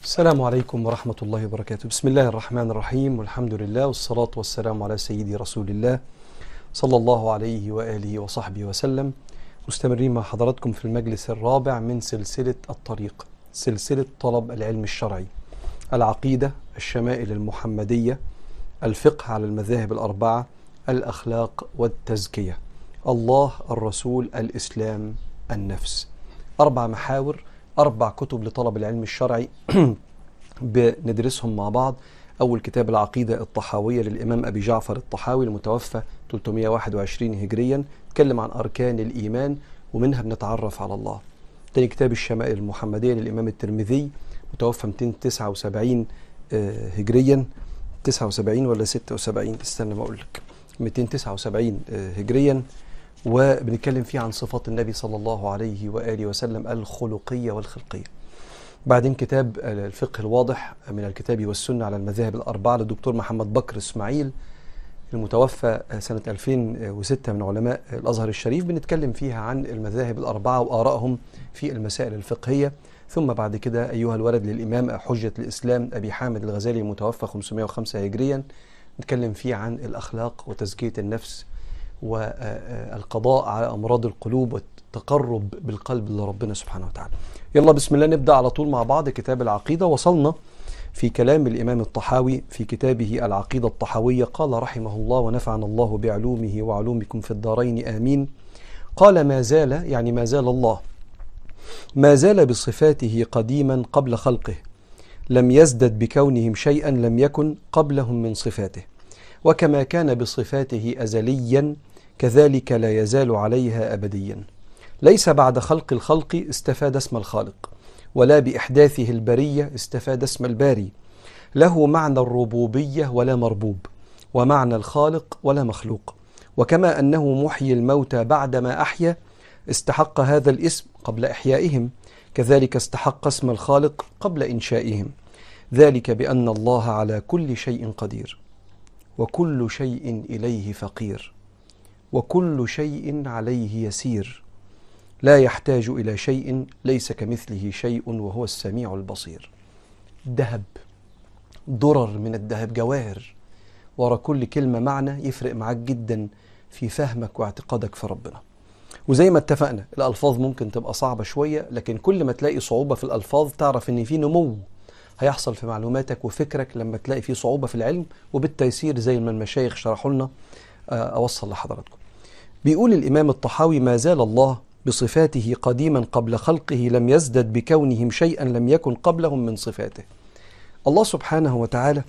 السلام عليكم ورحمة الله وبركاته. بسم الله الرحمن الرحيم، والحمد لله والصلاة والسلام على سيدي رسول الله صلى الله عليه وآله وصحبه وسلم. مستمرين مع حضراتكم في المجلس الرابع من سلسلة الطريق، سلسلة طلب العلم الشرعي، العقيدة، الشمائل المحمدية، الفقه على المذاهب الأربعة، الأخلاق والتزكية، الله، الرسول، الإسلام، النفس. 4 محاور، 4 كتب لطلب العلم الشرعي بندرسهم مع بعض. أول كتاب العقيدة الطحاوية للإمام أبي جعفر الطحاوي المتوفى 321 هجريا، نتكلم عن أركان الإيمان ومنها بنتعرف على الله. تاني كتاب الشمائل المحمدية للإمام الترمذي متوفى 279 هجريا، 79 ولا 76؟ استنى ما أقول لك، 279 هجريا، وبنتكلم فيه عن صفات النبي صلى الله عليه وآله وسلم الخلقية والخلقية. بعدين كتاب الفقه الواضح من الكتاب والسنة على المذاهب الأربعة للدكتور محمد بكر إسماعيل المتوفى سنة 2006 من علماء الأزهر الشريف، بنتكلم فيها عن المذاهب الأربعة وآرائهم في المسائل الفقهية. ثم بعد كده أيها الولد للإمام حجة الإسلام أبي حامد الغزالي المتوفى 505 هجريا، نتكلم فيه عن الأخلاق وتزكية النفس والقضاء على أمراض القلوب والتقرب بالقلب لربنا سبحانه وتعالى. يلا بسم الله نبدأ على طول مع بعض كتاب العقيدة. وصلنا في كلام الإمام الطحاوي في كتابه العقيدة الطحاوية، قال رحمه الله ونفعنا الله بعلومه وعلومكم في الدارين آمين. قال ما زال، يعني ما زال الله، ما زال بصفاته قديما قبل خلقه، لم يزدد بكونهم شيئا لم يكن قبلهم من صفاته، وكما كان بصفاته أزليا كذلك لا يزال عليها أبديا. ليس بعد خلق الخلق استفاد اسم الخالق، ولا بإحداثه البرية استفاد اسم الباري. له معنى الربوبية ولا مربوب، ومعنى الخالق ولا مخلوق. وكما أنه محيي الموتى بعدما أحيا استحق هذا الاسم قبل إحيائهم، كذلك استحق اسم الخالق قبل إنشائهم. ذلك بأن الله على كل شيء قدير، وكل شيء إليه فقير، وكل شيء عليه يسير، لا يحتاج إلى شيء، ليس كمثله شيء وهو السميع البصير. ذهب، درر من الذهب، جواهر، ورا كل كلمة معنى يفرق معاك جدا في فهمك واعتقادك في ربنا. وزي ما اتفقنا الألفاظ ممكن تبقى صعبة شوية، لكن كل ما تلاقي صعوبة في الألفاظ تعرف ان في نمو هيحصل في معلوماتك وفكرك لما تلاقي فيه صعوبة في العلم، وبالتيسير زي ما المشايخ شرحوا لنا أوصل لحضراتكم. بيقول الإمام الطحاوي ما زال الله بصفاته قديما قبل خلقه لم يزدد بكونهم شيئا لم يكن قبلهم من صفاته. الله سبحانه وتعالى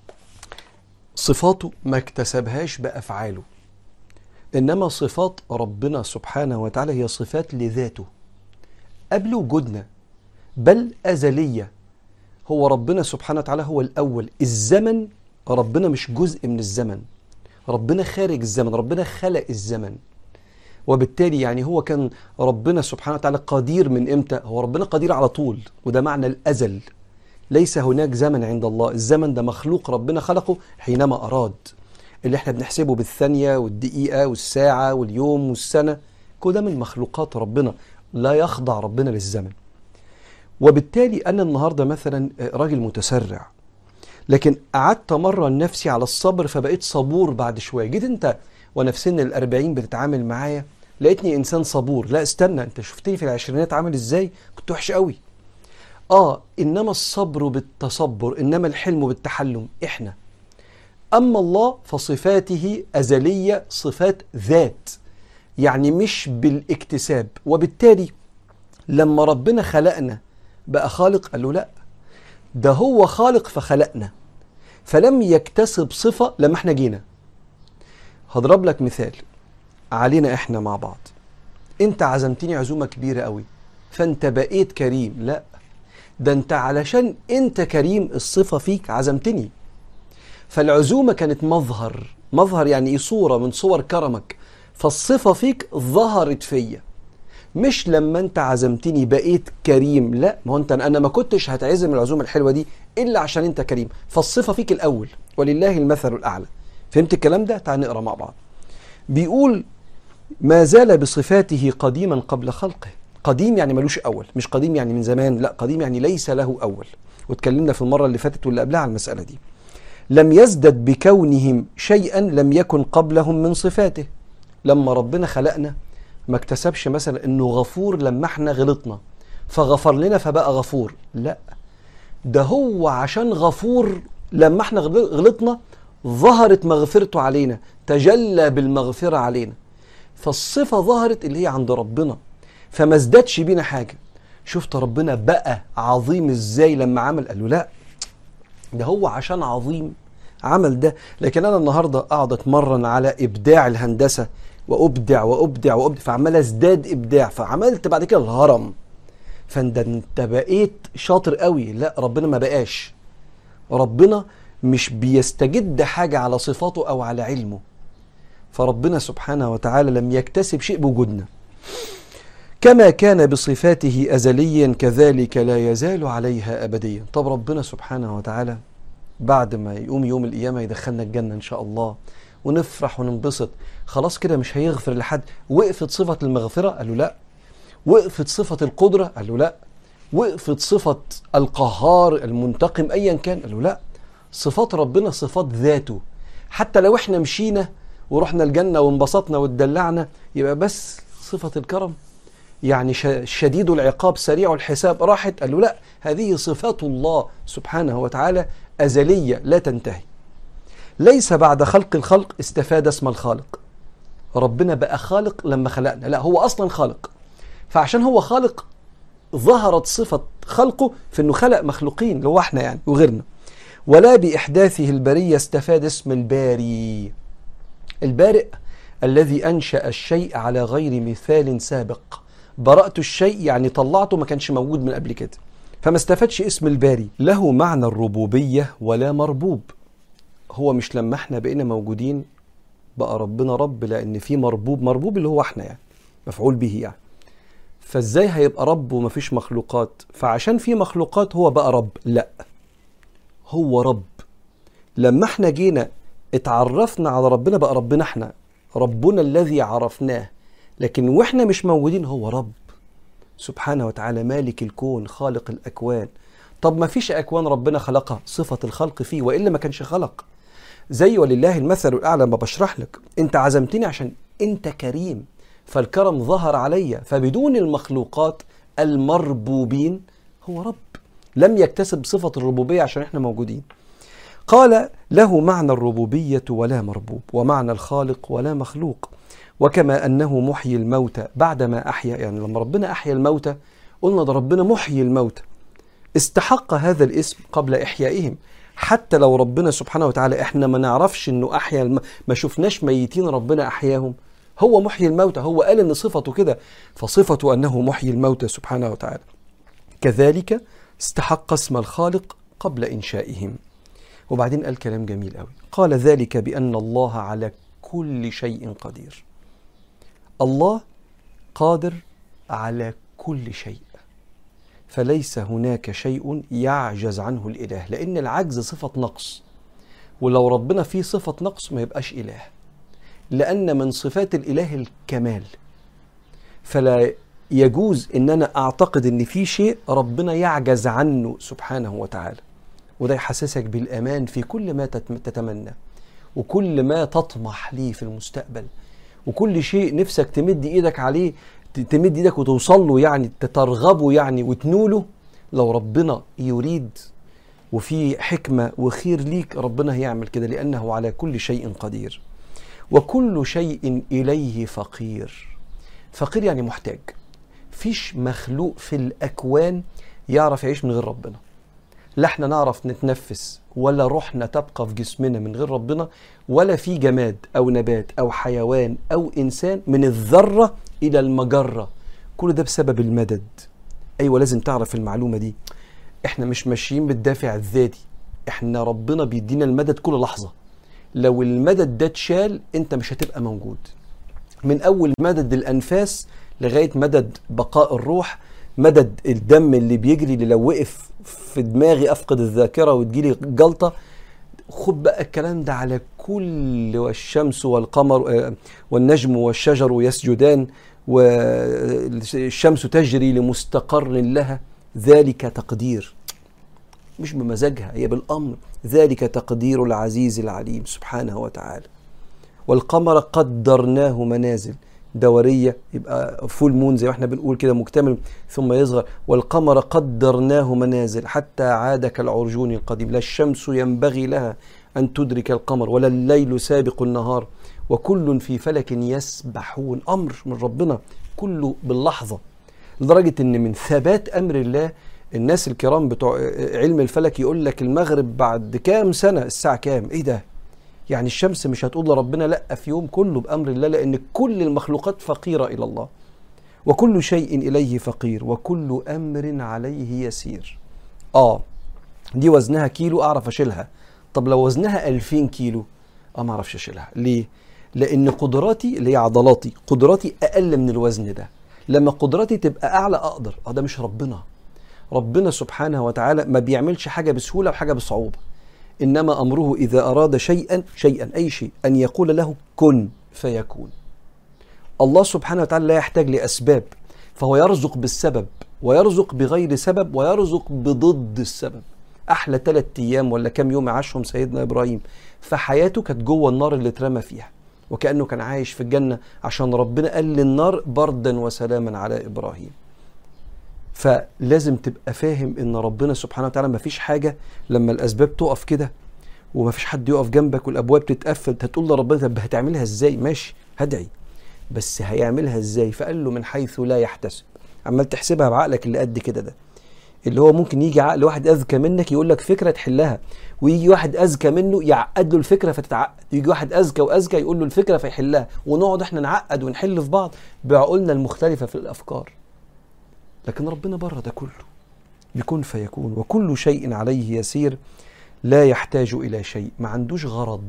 صفاته ما اكتسبهاش بأفعاله، إنما صفات ربنا سبحانه وتعالى هي صفات لذاته قبل وجودنا، بل أزلية. هو ربنا سبحانه وتعالى هو الأول. الزمن ربنا مش جزء من الزمن، ربنا خارج الزمن، ربنا خلق الزمن. وبالتالي يعني هو كان ربنا سبحانه وتعالى قدير من إمتى؟ هو ربنا قدير على طول، وده معنى الأزل. ليس هناك زمن عند الله، الزمن ده مخلوق ربنا خلقه حينما أراد، اللي احنا بنحسبه بالثانية والدقيقة والساعة واليوم والسنة، كل ده من مخلوقات ربنا، لا يخضع ربنا للزمن. وبالتالي أنا النهاردة مثلا راجل متسرع، لكن قعدت مرة نفسي على الصبر فبقيت صبور. بعد شوية جيت انت وانا في سن 40 بتتعامل معايا لقيتني انسان صبور. لا استنى، انت شفتني في العشرينات عامل ازاي؟ كنت وحش قوي. انما الصبر بالتصبر، انما الحلم بالتحلم احنا. اما الله فصفاته ازلية، صفات ذات، يعني مش بالاكتساب. وبالتالي لما ربنا خلقنا بقى خالق، قال له لا، ده هو خالق فخلقنا، فلم يكتسب صفة لما احنا جينا. هضرب لك مثال علينا احنا مع بعض. انت عزمتني عزومة كبيرة قوي فانت بقيت كريم. لا، ده انت علشان انت كريم الصفة فيك عزمتني. فالعزومة كانت مظهر يعني ايه؟ صورة من صور كرمك، فالصفة فيك ظهرت فيا، مش لما انت عزمتني بقيت كريم. لا، ما هو انا ما كنتش هتعزم العزومة الحلوة دي الا عشان انت كريم، فالصفة فيك الاول، ولله المثل الاعلى. فهمت الكلام ده؟ تعال نقرأ مع بعض. بيقول ما زال بصفاته قديما قبل خلقه. قديم يعني ملوش أول، مش قديم يعني من زمان، لا، قديم يعني ليس له أول. واتكلمنا في المرة اللي فاتت واللي قبلها على المسألة دي. لم يزدد بكونهم شيئا لم يكن قبلهم من صفاته. لما ربنا خلقنا ما اكتسبش مثلا انه غفور لما احنا غلطنا فغفر لنا فبقى غفور، لا، ده هو عشان غفور لما احنا غلطنا ظهرت مغفرته علينا، تجلى بالمغفرة علينا، فالصفة ظهرت اللي هي عند ربنا، فما ازدادش بينا حاجة. شفت ربنا بقى عظيم ازاي لما عمل؟ قال له لا، ده هو عشان عظيم عمل ده. لكن انا النهارده اقعد اتمرن على ابداع الهندسه وابدع وابدع وابدع، فعمال ازداد ابداع، فعملت بعد كده الهرم، فانت بقيت شاطر قوي. لا، ربنا ما بقاش. ربنا مش بيستجد حاجه على صفاته او على علمه، فربنا سبحانه وتعالى لم يكتسب شيء بوجودنا. كما كان بصفاته أزليا كذلك لا يزال عليها أبديا. طب ربنا سبحانه وتعالى بعد ما يقوم يوم القيامة يدخلنا الجنة إن شاء الله ونفرح وننبسط، خلاص كده مش هيغفر لحد؟ وقفت صفة المغفرة؟ قالوا لا. وقفت صفة القدرة؟ قالوا لا. وقفت صفة القهار المنتقم أيا كان؟ قالوا لا. صفات ربنا صفات ذاته، حتى لو احنا مشينا ورحنا الجنة وانبسطنا واتدلعنا يبقى بس صفة الكرم، يعني شديد العقاب سريع الحساب راحت؟ قال له لا، هذه صفات الله سبحانه وتعالى أزلية لا تنتهي. ليس بعد خلق الخلق استفاد اسم الخالق. ربنا بقى خالق لما خلقنا؟ لا، هو أصلا خالق، فعشان هو خالق ظهرت صفة خلقه في أنه خلق مخلوقين اللي هو احنا يعني وغيرنا. ولا بإحداثه البرية استفاد اسم الباري. البارئ الذي أنشأ الشيء على غير مثال سابق. برأت الشيء يعني طلعته ما كانش موجود من قبل كده، فما استفادش اسم الباري. له معنى الربوبية ولا مربوب. هو مش لما احنا بقينا موجودين بقى ربنا رب، لأن في مربوب اللي هو احنا يعني مفعول به يعني. فازاي هيبقى رب ومفيش مخلوقات؟ فعشان في مخلوقات هو بقى رب؟ لا، هو رب. لما احنا جينا اتعرفنا على ربنا بقى ربنا احنا، ربنا الذي عرفناه. لكن واحنا مش موجودين هو رب سبحانه وتعالى، مالك الكون خالق الأكوان. طب ما فيش أكوان ربنا خلقها، صفة الخلق فيه، وإلا ما كانش خلق. زي ولله المثل الأعلى ما بشرح لك، أنت عزمتني عشان أنت كريم فالكرم ظهر عليا، فبدون المخلوقات المربوبين هو رب، لم يكتسب صفة الربوبية عشان احنا موجودين. قال له معنى الربوبية ولا مربوب، ومعنى الخالق ولا مخلوق. وكما أنه محيي الموتى بعدما أحيا، يعني لما ربنا أحيا الموتى قلنا ده ربنا محيي الموتى، استحق هذا الاسم قبل إحيائهم. حتى لو ربنا سبحانه وتعالى احنا ما نعرفش انه أحيا ما شفناش ميتين ربنا أحياهم، هو محيي الموتى، هو قال ان صفته كده، فصفته أنه محيي الموتى سبحانه وتعالى. كذلك استحق اسم الخالق قبل إنشائهم. وبعدين قال كلام جميل قوي، قال ذلك بأن الله على كل شيء قدير. الله قادر على كل شيء، فليس هناك شيء يعجز عنه الإله، لأن العجز صفة نقص، ولو ربنا فيه صفة نقص ما يبقاش إله، لأن من صفات الإله الكمال، فلا يجوز إن أنا أعتقد إن في شيء ربنا يعجز عنه سبحانه وتعالى. وده يحسسك بالأمان في كل ما تتمنى وكل ما تطمح ليه في المستقبل، وكل شيء نفسك تمد إيدك عليه، تمد إيدك وتوصل له يعني، تترغبه يعني وتنوله. لو ربنا يريد وفي حكمة وخير ليك ربنا هيعمل كده، لأنه على كل شيء قدير. وكل شيء إليه فقير. فقير يعني محتاج. فيش مخلوق في الأكوان يعرف يعيش من غير ربنا. لا احنا نعرف نتنفس ولا روحنا تبقى في جسمنا من غير ربنا، ولا في جماد أو نبات أو حيوان أو إنسان من الذرة إلى المجرة، كل ده بسبب المدد. أيوة لازم تعرف المعلومة دي، احنا مش ماشيين بالدافع الذاتي، احنا ربنا بيدينا المدد كل لحظة. لو المدد ده اتشال انت مش هتبقى موجود، من أول مدد الأنفاس لغاية مدد بقاء الروح، مدد الدم اللي بيجري، اللي لو وقف في دماغي أفقد الذاكرة وتجيلي جلطة. خد بقى الكلام ده على كل، والشمس والقمر والنجم والشجر يسجدان والشمس تجري لمستقر لها، ذلك تقدير. مش بمزاجها، هي بالأمر. ذلك تقدير العزيز العليم سبحانه وتعالى. والقمر قدرناه منازل دورية، يبقى فول مون زي ما احنا بنقول كده مكتمل ثم يصغر. والقمر قدرناه منازل حتى عاد كالعرجون القديم. لا الشمس ينبغي لها أن تدرك القمر ولا الليل سابق النهار وكل في فلك يسبحون. أمر من ربنا كله باللحظة، لدرجة ان من ثبات أمر الله الناس الكرام بتوع علم الفلك يقول لك المغرب بعد كام سنة الساعة كام. ايه ده؟ يعني الشمس مش هتقول لربنا لا في يوم، كله بأمر الله، لأن كل المخلوقات فقيرة إلى الله وكل شيء إليه فقير وكل أمر عليه يسير. دي وزنها كيلو أعرف أشيلها. طب لو وزنها 2000 كيلو ما أعرفش أشيلها. ليه؟ لأن قدراتي اللي هي عضلاتي، قدراتي أقل من الوزن ده. لما قدراتي تبقى أعلى أقدر. ده مش ربنا. ربنا سبحانه وتعالى ما بيعملش حاجة بسهولة وحاجة بصعوبة، إنما أمره إذا أراد شيئا أي شيء أن يقول له كن فيكون. الله سبحانه وتعالى لا يحتاج لأسباب، فهو يرزق بالسبب ويرزق بغير سبب ويرزق بضد السبب. أحلى 3 أيام ولا كام يوم عاشهم سيدنا إبراهيم فحياته كانت جوه النار اللي اترمى فيها، وكأنه كان عايش في الجنة عشان ربنا قال للنار بردا وسلاما على إبراهيم. فلازم تبقى فاهم ان ربنا سبحانه وتعالى ما فيش حاجة لما الاسباب تقف كده وما فيش حد يقف جنبك والابواب تتقفل هتقول لربنا طب هتعملها ازاي؟ ماشي هدعي، بس هيعملها ازاي؟ فقال له من حيث لا يحتسب. عمال تحسبها بعقلك اللي قد كده ده، اللي هو ممكن يجي عقل واحد اذكى منك يقول لك فكرة تحلها، ويجي واحد اذكى منه يعقد له الفكرة فتتعقد، يجي واحد اذكى واذكى يقول له الفكرة فيحلها، ونقعد احنا نعقد ونحل في بعض بعقولنا المختلفة في الافكار. لكن ربنا بره ده كله، بكن فيكون وكل شيء عليه يسير. لا يحتاج إلى شيء، ما عندوش غرض،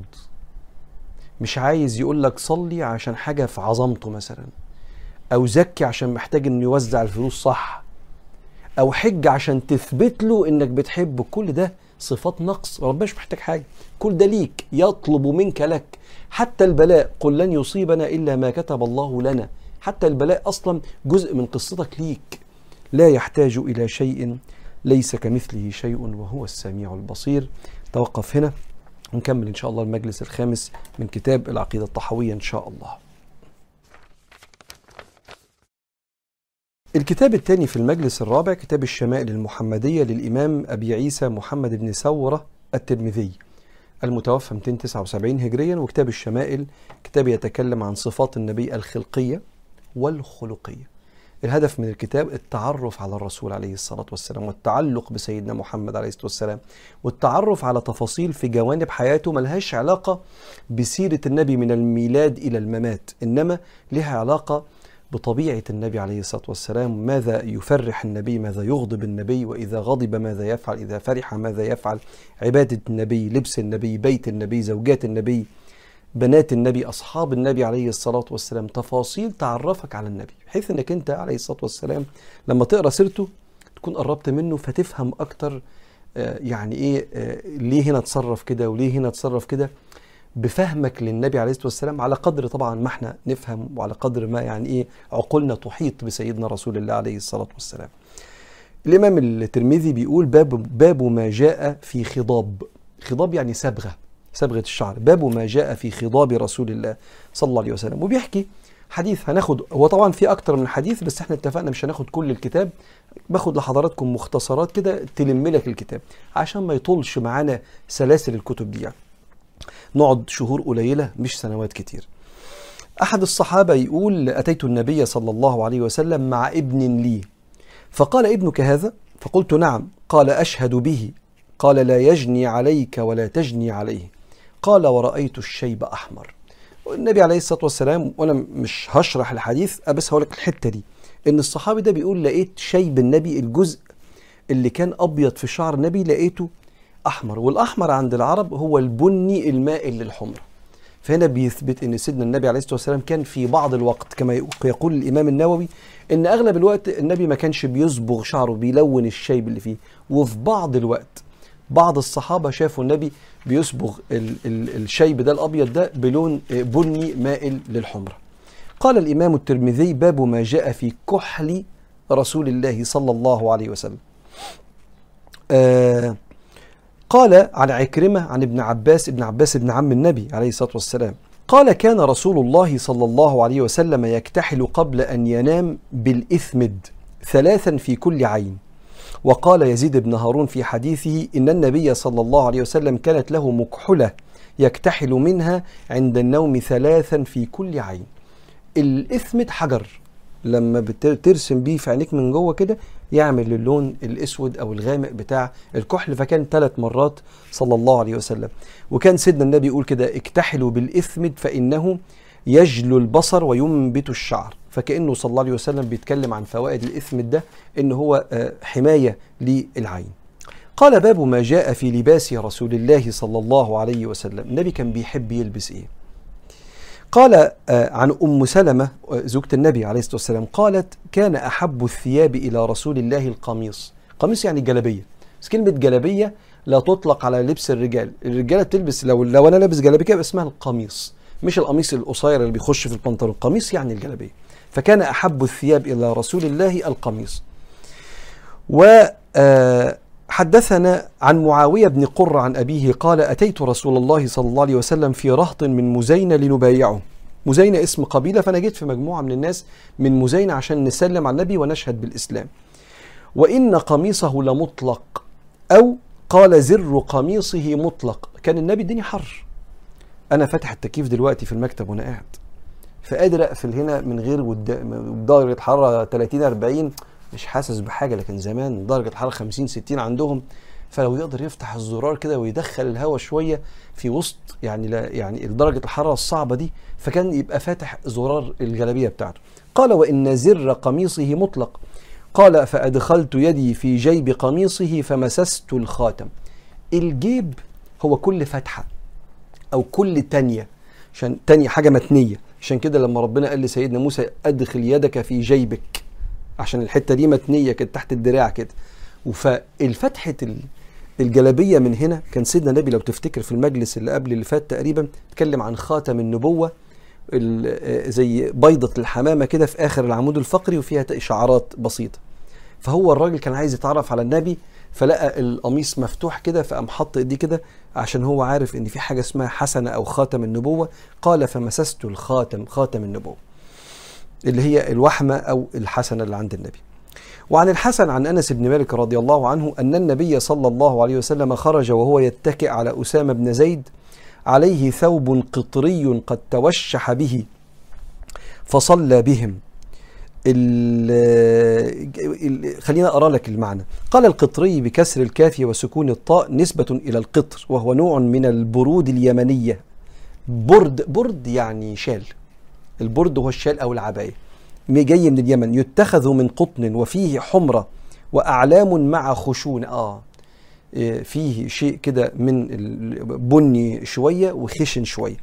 مش عايز يقول لك صلي عشان حاجة في عظمته مثلا، أو زكي عشان محتاج إنه يوزع الفلوس صح، أو حج عشان تثبت له إنك بتحبه. كل ده صفات نقص. ربنا مش محتاج حاجة، كل ده ليك، يطلب منك لك. حتى البلاء قل لن يصيبنا إلا ما كتب الله لنا، حتى البلاء أصلا جزء من قصتك ليك. لا يحتاج إلى شيء ليس كمثله شيء وهو السميع البصير. توقف هنا ونكمل إن شاء الله المجلس الخامس من كتاب العقيدة الطحاوية إن شاء الله. الكتاب الثاني في المجلس الرابع كتاب الشمائل المحمدية للإمام أبي عيسى محمد بن ثورة الترمذي المتوفى 279 هجريا. وكتاب الشمائل كتاب يتكلم عن صفات النبي الخلقية والخلقية. الهدف من الكتاب التعرف على الرسول عليه الصلاة والسلام والتعلق بسيدنا محمد عليه الصلاة والسلام، والتعرف على تفاصيل في جوانب حياته ملهاش علاقة بسيرة النبي من الميلاد إلى الممات، إنما لها علاقة بطبيعة النبي عليه الصلاة والسلام. ماذا يفرح النبي، ماذا يغضب النبي، وإذا غضب ماذا يفعل، إذا فرح ماذا يفعل، عبادة النبي، لبس النبي، بيت النبي، زوجات النبي، بنات النبي، أصحاب النبي عليه الصلاة والسلام. تفاصيل تعرفك على النبي بحيث أنك أنت عليه الصلاة والسلام لما تقرأ سيرته تكون قربت منه فتفهم أكتر يعني إيه ليه هنا تصرف كده وليه هنا تصرف كده، بفهمك للنبي عليه الصلاة والسلام على قدر طبعا ما احنا نفهم وعلى قدر ما يعني إيه عقولنا تحيط بسيدنا رسول الله عليه الصلاة والسلام. الإمام الترمذي بيقول باب ما جاء في خضاب. خضاب يعني صبغة الشعر. باب ما جاء في خضاب رسول الله صلى الله عليه وسلم. وبيحكي حديث، هناخد هو طبعا في اكتر من حديث بس احنا اتفقنا مش هناخد كل الكتاب، باخد لحضراتكم مختصرات كده تلم لك الكتاب عشان ما يطولش معانا سلاسل الكتب دي، يعني نقعد شهور قليلة مش سنوات كتير. احد الصحابة يقول اتيت النبي صلى الله عليه وسلم مع ابن لي فقال ابنك هذا؟ فقلت نعم. قال اشهد به. قال لا يجني عليك ولا تجني عليه. قال ورأيت الشيب أحمر. والنبي عليه الصلاة والسلام، وأنا مش هشرح الحديث بس هقول لك الحتة دي، إن الصحابي ده بيقول لقيت شيب النبي، الجزء اللي كان أبيض في شعر النبي لقيته أحمر، والأحمر عند العرب هو البني المائل للحمرة. فهنا بيثبت إن سيدنا النبي عليه الصلاة والسلام كان في بعض الوقت كما يقول الإمام النووي إن أغلب الوقت النبي ما كانش بيصبغ شعره بيلون الشيب اللي فيه، وفي بعض الوقت بعض الصحابة شافوا النبي بيصبغ الشيب ده الأبيض ده بلون بني مائل للحمرة. قال الإمام الترمذي باب ما جاء في كحل رسول الله صلى الله عليه وسلم. قال عن عكرمة عن ابن عباس ابن عم النبي عليه الصلاة والسلام قال كان رسول الله صلى الله عليه وسلم يكتحل قبل أن ينام بالإثمد 3 في كل عين. وقال يزيد بن هارون في حديثه إن النبي صلى الله عليه وسلم كانت له مكحلة يكتحل منها عند النوم 3 في كل عين. الإثمد حجر لما بترسم بيه في عينيك من جوه كده يعمل اللون الاسود او الغامق بتاع الكحل، فكان 3 مرات صلى الله عليه وسلم. وكان سيدنا النبي يقول كده اكتحلوا بالإثمد فإنه يجلو البصر وينبت الشعر، فكأنه صلى الله عليه وسلم بيتكلم عن فوائد الإثمد ده ان هو حماية للعين. قال باب ما جاء في لباس رسول الله صلى الله عليه وسلم، النبي كان بيحب يلبس ايه؟ قال عن أم سلمة زوجة النبي عليه الصلاة والسلام قالت كان أحب الثياب إلى رسول الله القميص. قميص يعني جلبية، بس كلمة جلبية لا تطلق على لبس الرجال. الرجالة بتلبس لو أنا لابس جلبية كده اسمها القميص، مش القميص القصير اللي بيخش في البنطلون. القميص يعني الجلبية. فكان أحب الثياب إلى رسول الله القميص. حدثنا عن معاوية بن قرة عن أبيه قال أتيت رسول الله صلى الله عليه وسلم في رهط من مزينة لنبايعه. مزينة اسم قبيلة، فأنا جيت في مجموعة من الناس من مزينة عشان نسلم على النبي ونشهد بالإسلام. وإن قميصه لمطلق، أو قال زر قميصه مطلق. كان النبي الدنيا حر، أنا فاتح التكييف دلوقتي في المكتب وأنا قاعد، فقادر أقفل هنا من غير درجة حرارة 30-40 مش حاسس بحاجة. لكن زمان درجة الحرارة 50-60 عندهم، فلو يقدر يفتح الزرار كده ويدخل الهواء شوية في وسط يعني درجة الحرارة الصعبة دي، فكان يبقى فاتح زرار الجلابية بتاعته. قال وإن زر قميصه مطلق. قال فأدخلت يدي في جيب قميصه فمسست الخاتم. الجيب هو كل فتحة أو كل تانية، عشان تانية حاجة متنية. عشان كده لما ربنا قال لسيدنا موسى أدخل يدك في جيبك، عشان الحتة دي متنية كده تحت الدراع كده. فالفتحة الجلابية من هنا كان سيدنا النبي لو تفتكر في المجلس اللي قبل اللي فات تقريبا اتكلم عن خاتم النبوة، زي بيضة الحمامة كده في آخر العمود الفقري وفيها إشعارات بسيطة. فهو الراجل كان عايز يتعرف على النبي، فلقى القميص مفتوح كده فقام حط ايديه كده عشان هو عارف ان في حاجة اسمها حسنة او خاتم النبوة. قال فمسست الخاتم، خاتم النبوة اللي هي الوحمة او الحسنة اللي عند النبي. وعن الحسن عن أنس بن مالك رضي الله عنه أن النبي صلى الله عليه وسلم خرج وهو يتكئ على أسامة بن زيد عليه ثوب قطري قد توشح به فصلى بهم. خلينا أقرأ لك المعنى. قال القطري بكسر الكاف وسكون الطاء نسبة إلى القطر، وهو نوع من البرود اليمنية. برد يعني شال، البرد هو الشال أو العباية، جاي من اليمن. يتخذ من قطن وفيه حمرة وأعلام مع خشون. فيه شيء كده من البني شوية وخشن شوية.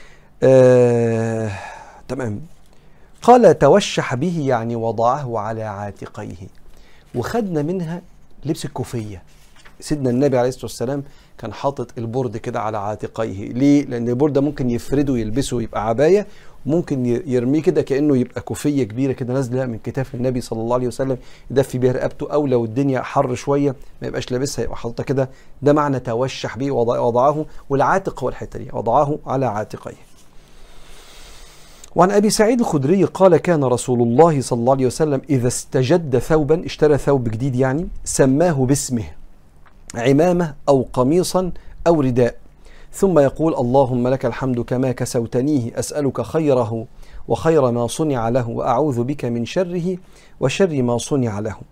تمام. قال توشح به يعني وضعه على عاتقيه. وخدنا منها لبس الكوفية. سيدنا النبي عليه الصلاة والسلام كان حاطط البرد كده على عاتقيه. ليه؟ لأن البرد ده ممكن يفرده يلبسه يبقى عباية، ممكن يرميه كده كأنه يبقى كوفية كبيرة كده نازلة من كتاف النبي صلى الله عليه وسلم يدفي بيها رقبته، أو لو الدنيا حر شوية ما يبقاش لابسها يبقى حاططها كده. ده معنى توشح به، وضعه، والعاتق هو الحتة دي، وضعه على عاتقيه. وعن أبي سعيد الخدري قال كان رسول الله صلى الله عليه وسلم إذا استجد ثوبا، اشترى ثوب جديد يعني، سماه باسمه، عمامة أو قميصا أو رداء، ثم يقول اللهم لك الحمد كما كسوتنيه، أسألك خيره وخير ما صنع له، وأعوذ بك من شره وشر ما صنع له.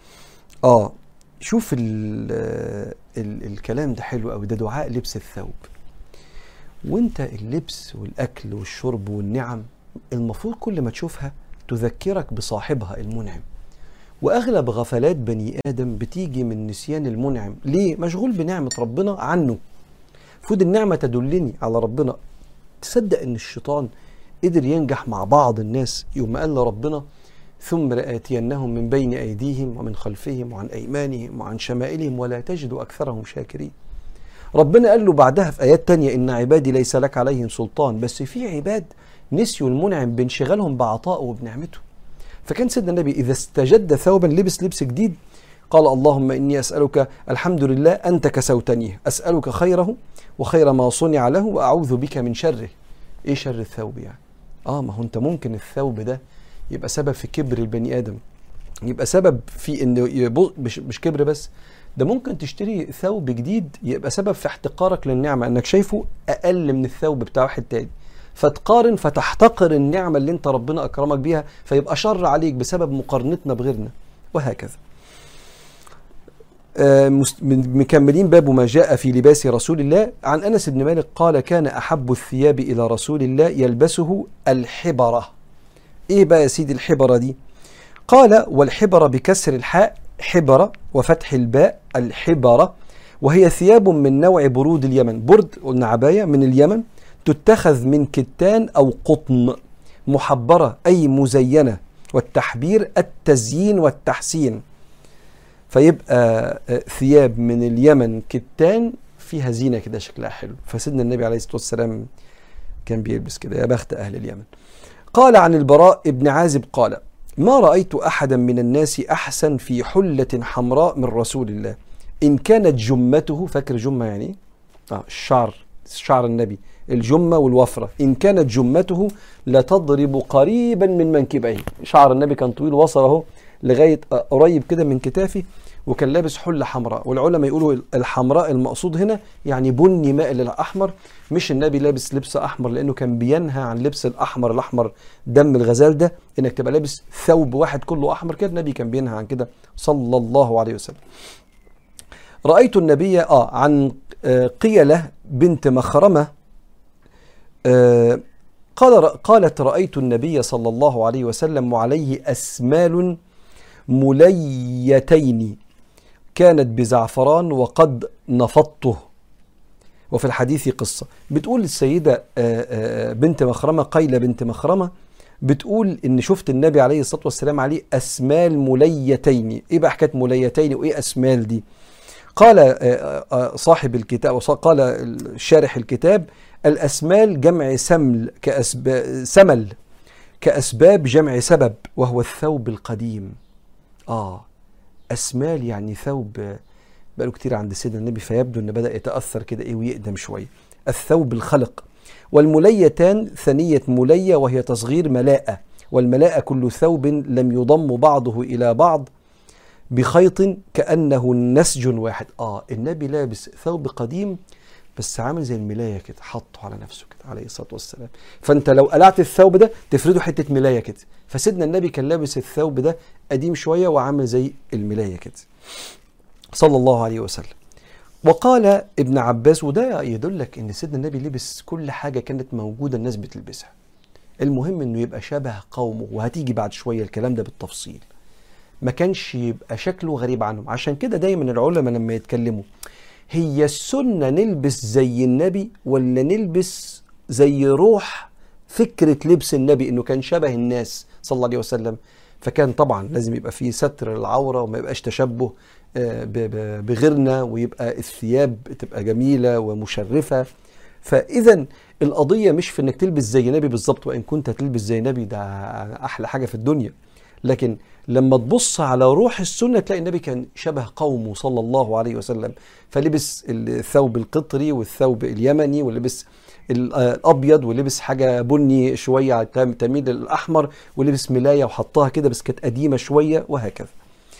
شوف الكلام ده حلو أوي، ده دعاء لبس الثوب. وانت اللبس والأكل والشرب والنعم المفروض كل ما تشوفها تذكرك بصاحبها المنعم. وأغلب غفلات بني آدم بتيجي من نسيان المنعم. ليه؟ مشغول بنعمة ربنا عنه. المفروض النعمة تدلني على ربنا. تصدق ان الشيطان قدر ينجح مع بعض الناس يوم قال ربنا ثم لآتينهم من بين أيديهم ومن خلفهم وعن أيمانهم وعن شمائلهم ولا تجد أكثرهم شاكرين. ربنا قال له بعدها في آيات تانية إن عبادي ليس لك عليهم سلطان. بس في عباد نسيوا المنعم بانشغالهم بعطائه وبنعمته. فكان سيدنا النبي إذا استجد ثوبا، لبس لبس جديد، قال اللهم إني أسألك، الحمد لله أنت كسوتنيه، أسألك خيره وخير ما صنع له وأعوذ بك من شره. إيه شر الثوب يعني؟ ما هو أنت ممكن الثوب ده يبقى سبب في كبر البني آدم، يبقى سبب في إنه مش كبر بس، ده ممكن تشتري ثوب جديد يبقى سبب في احتقارك للنعمة، انك شايفه اقل من الثوب بتاع واحد تاني، فتقارن فتحتقر النعمة اللي انت ربنا اكرمك بيها، فيبقى شر عليك بسبب مقارنتنا بغيرنا، وهكذا. مكملين باب ما جاء في لباس رسول الله. عن انس بن مالك قال كان احب الثياب الى رسول الله يلبسه الحبرة. ايه بقى يا سيدي الحبرة دي؟ قال والحبرة بكسر الحاء حبرة وفتح الباء الحبرة، وهي ثياب من نوع برود اليمن. برد قلنا عباية من اليمن، تتخذ من كتان أو قطن، محبرة أي مزينة، والتحبير التزيين والتحسين، فيبقى ثياب من اليمن كتان فيها زينة كده شكلها حلو، فسيدنا النبي عليه الصلاة والسلام كان بيلبس كده، يا بخت أهل اليمن. قال عن البراء ابن عازب قال ما رأيت أحدا من الناس أحسن في حلة حمراء من رسول الله، إن كانت جمته، فاكر جمة يعني شعر النبي، الجمة والوفرة، إن كانت جمته لتضرب قريبا من منكبيه. شعر النبي كان طويل وصل اهو لغاية قريب كده من كتافي، وكان لابس حلة حمراء، والعلماء يقولوا الحمراء المقصود هنا يعني بني مائل للأحمر، مش النبي لابس لبس أحمر، لأنه كان بينهى عن لبس الأحمر دم الغزال ده، إنك تبقى لابس ثوب واحد كله أحمر كده، النبي كان بينهى عن كده صلى الله عليه وسلم. رأيت النبي عن قيلة بنت مخرمة قالت رأيت النبي صلى الله عليه وسلم وعليه أسمال مليتين كانت بزعفران وقد نفضته. وفي الحديث قصة بتقول السيدة بنت مخرمة، قيلة بنت مخرمة، بتقول إن شفت النبي عليه الصلاة والسلام عليه أسمال مليتين. إيه بقى حكاية مليتين وإيه أسمال دي؟ قال صاحب الكتاب وقال شارح الكتاب الأسمال جمع سمل سمل كأسباب جمع سبب، وهو الثوب القديم. أسمال يعني ثوب بقاله كتير عند سيدنا النبي، فيبدو أنه بدأ يتأثر كده ويقدم شوية. الثوب الخلق. والمليتان ثنية ملية وهي تصغير ملاءة، والملاءة كل ثوب لم يضم بعضه إلى بعض بخيط كأنه نسج واحد. النبي لابس ثوب قديم بس عامل زي الملاية كده، حطه على نفسه كده عليه الصلاة والسلام، فانت لو قلعت الثوب ده تفرده حتة ملاية كده، فسيدنا النبي كان لابس الثوب ده قديم شوية وعامل زي الملاية كده صلى الله عليه وسلم. وقال ابن عباس، وده يدلك ان سيدنا النبي لبس كل حاجة كانت موجودة الناس بتلبسها، المهم انه يبقى شبه قومه، وهتيجي بعد شوية الكلام ده بالتفصيل، ما كانش يبقى شكله غريب عنهم. عشان كده دايما العلماء لما يتكلموا هي السنة نلبس زي النبي ولا نلبس زي روح فكرة لبس النبي، انه كان شبه الناس صلى الله عليه وسلم، فكان طبعا لازم يبقى فيه ستر العورة وما يبقاش تشبه بغيرنا، ويبقى الثياب تبقى جميلة ومشرفة. فإذا القضية مش في انك تلبس زي النبي بالظبط، وان كنت هتلبس زي النبي ده احلى حاجة في الدنيا، لكن لما تبص على روح السنة تلاقي النبي كان شبه قومه صلى الله عليه وسلم، فلبس الثوب القطري والثوب اليمني، ولبس الأبيض، ولبس حاجة بني شوية تميل للأحمر، ولبس ملاية وحطها كده بس كانت قديمة شوية، وهكذا.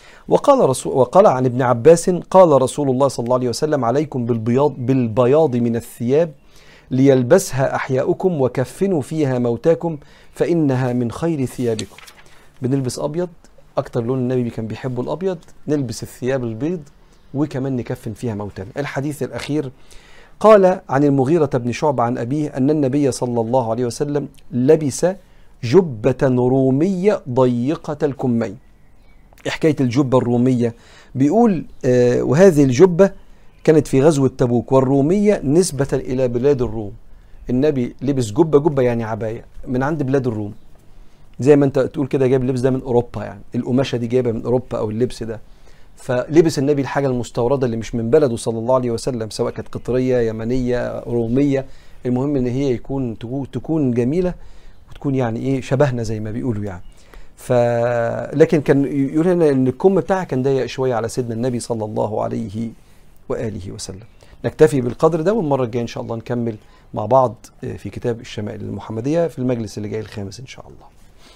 وقال عن ابن عباس قال رسول الله صلى الله عليه وسلم عليكم بالبياض من الثياب ليلبسها أحياؤكم وكفنوا فيها موتاكم فإنها من خير ثيابكم. بنلبس أبيض، أكتر لون النبي كان بيحبه الأبيض، نلبس الثياب البيض وكمان نكفن فيها موتانا. الحديث الأخير قال عن المغيرة بن شعبة عن أبيه أن النبي صلى الله عليه وسلم لبس جبة رومية ضيقة الكمين. حكاية الجبة الرومية بيقول وهذه الجبة كانت في غزوة تبوك، والرومية نسبة إلى بلاد الروم. النبي لبس جبة يعني عباية من عند بلاد الروم، زي ما انت تقول كده جايب اللبس ده من اوروبا، يعني القماشه دي جايبه من اوروبا او اللبس ده، فلبس النبي الحاجه المستورده اللي مش من بلده صلى الله عليه وسلم، سواء كانت قطريه يمنيه روميه، المهم ان هي تكون جميله وتكون يعني ايه شبهنا زي ما بيقولوا يعني. لكن كان يقول هنا ان الكم بتاعها كان ضيق شويه على سيدنا النبي صلى الله عليه واله وسلم. نكتفي بالقدر ده، والمره الجايه ان شاء الله نكمل مع بعض في كتاب الشمائل المحمديه في المجلس اللي جاي الخامس ان شاء الله.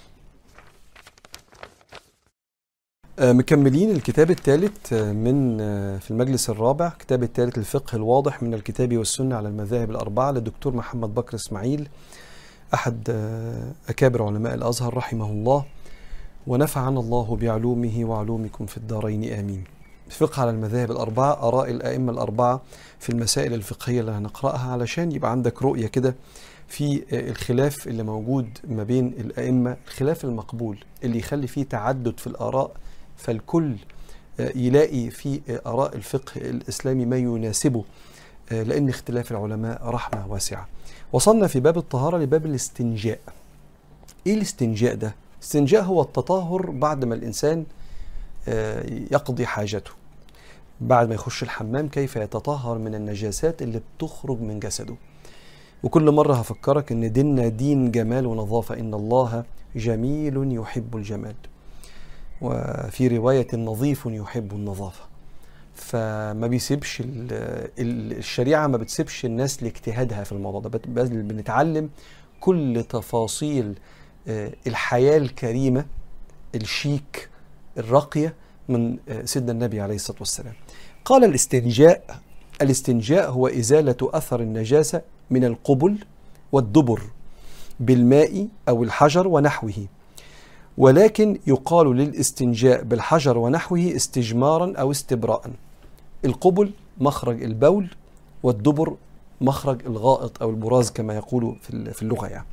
مكملين الكتاب الثالث من في المجلس الرابع، كتاب الثالث الفقه الواضح من الكتاب والسنة على المذاهب الأربعة للدكتور محمد بكر إسماعيل، أحد أكابر علماء الأزهر رحمه الله، ونفعنا الله بعلومه وعلومكم في الدارين آمين. الفقه على المذاهب الأربعة، آراء الأئمة الأربعة في المسائل الفقهية اللي هنقرأها، علشان يبقى عندك رؤية كده في الخلاف اللي موجود ما بين الأئمة، الخلاف المقبول اللي يخلي فيه تعدد في الآراء، فالكل يلاقي في آراء الفقه الإسلامي ما يناسبه، لأن اختلاف العلماء رحمة واسعة. وصلنا في باب الطهارة لباب الاستنجاء. إيه الاستنجاء ده؟ الاستنجاء هو التطهر بعد ما الإنسان يقضي حاجته، بعد ما يخش الحمام، كيف يتطهر من النجاسات اللي بتخرج من جسده. وكل مرة هفكرك إن ديننا دين جمال ونظافة، إن الله جميل يحب الجمال، وفي رواية نظيف يحب النظافة. فما بيسيبش الشريعة ما بتسيبش الناس لاجتهادها في الموضوع ده، بنتعلم كل تفاصيل الحياة الكريمة الشيك الراقية من سيدنا النبي عليه الصلاة والسلام. قال الاستنجاء هو إزالة أثر النجاسة من القبل والدبر بالماء أو الحجر ونحوه، ولكن يقال للاستنجاء بالحجر ونحوه استجمارا أو استبراء. القبل مخرج البول، والدبر مخرج الغائط أو البراز كما يقولوا في اللغة يعني.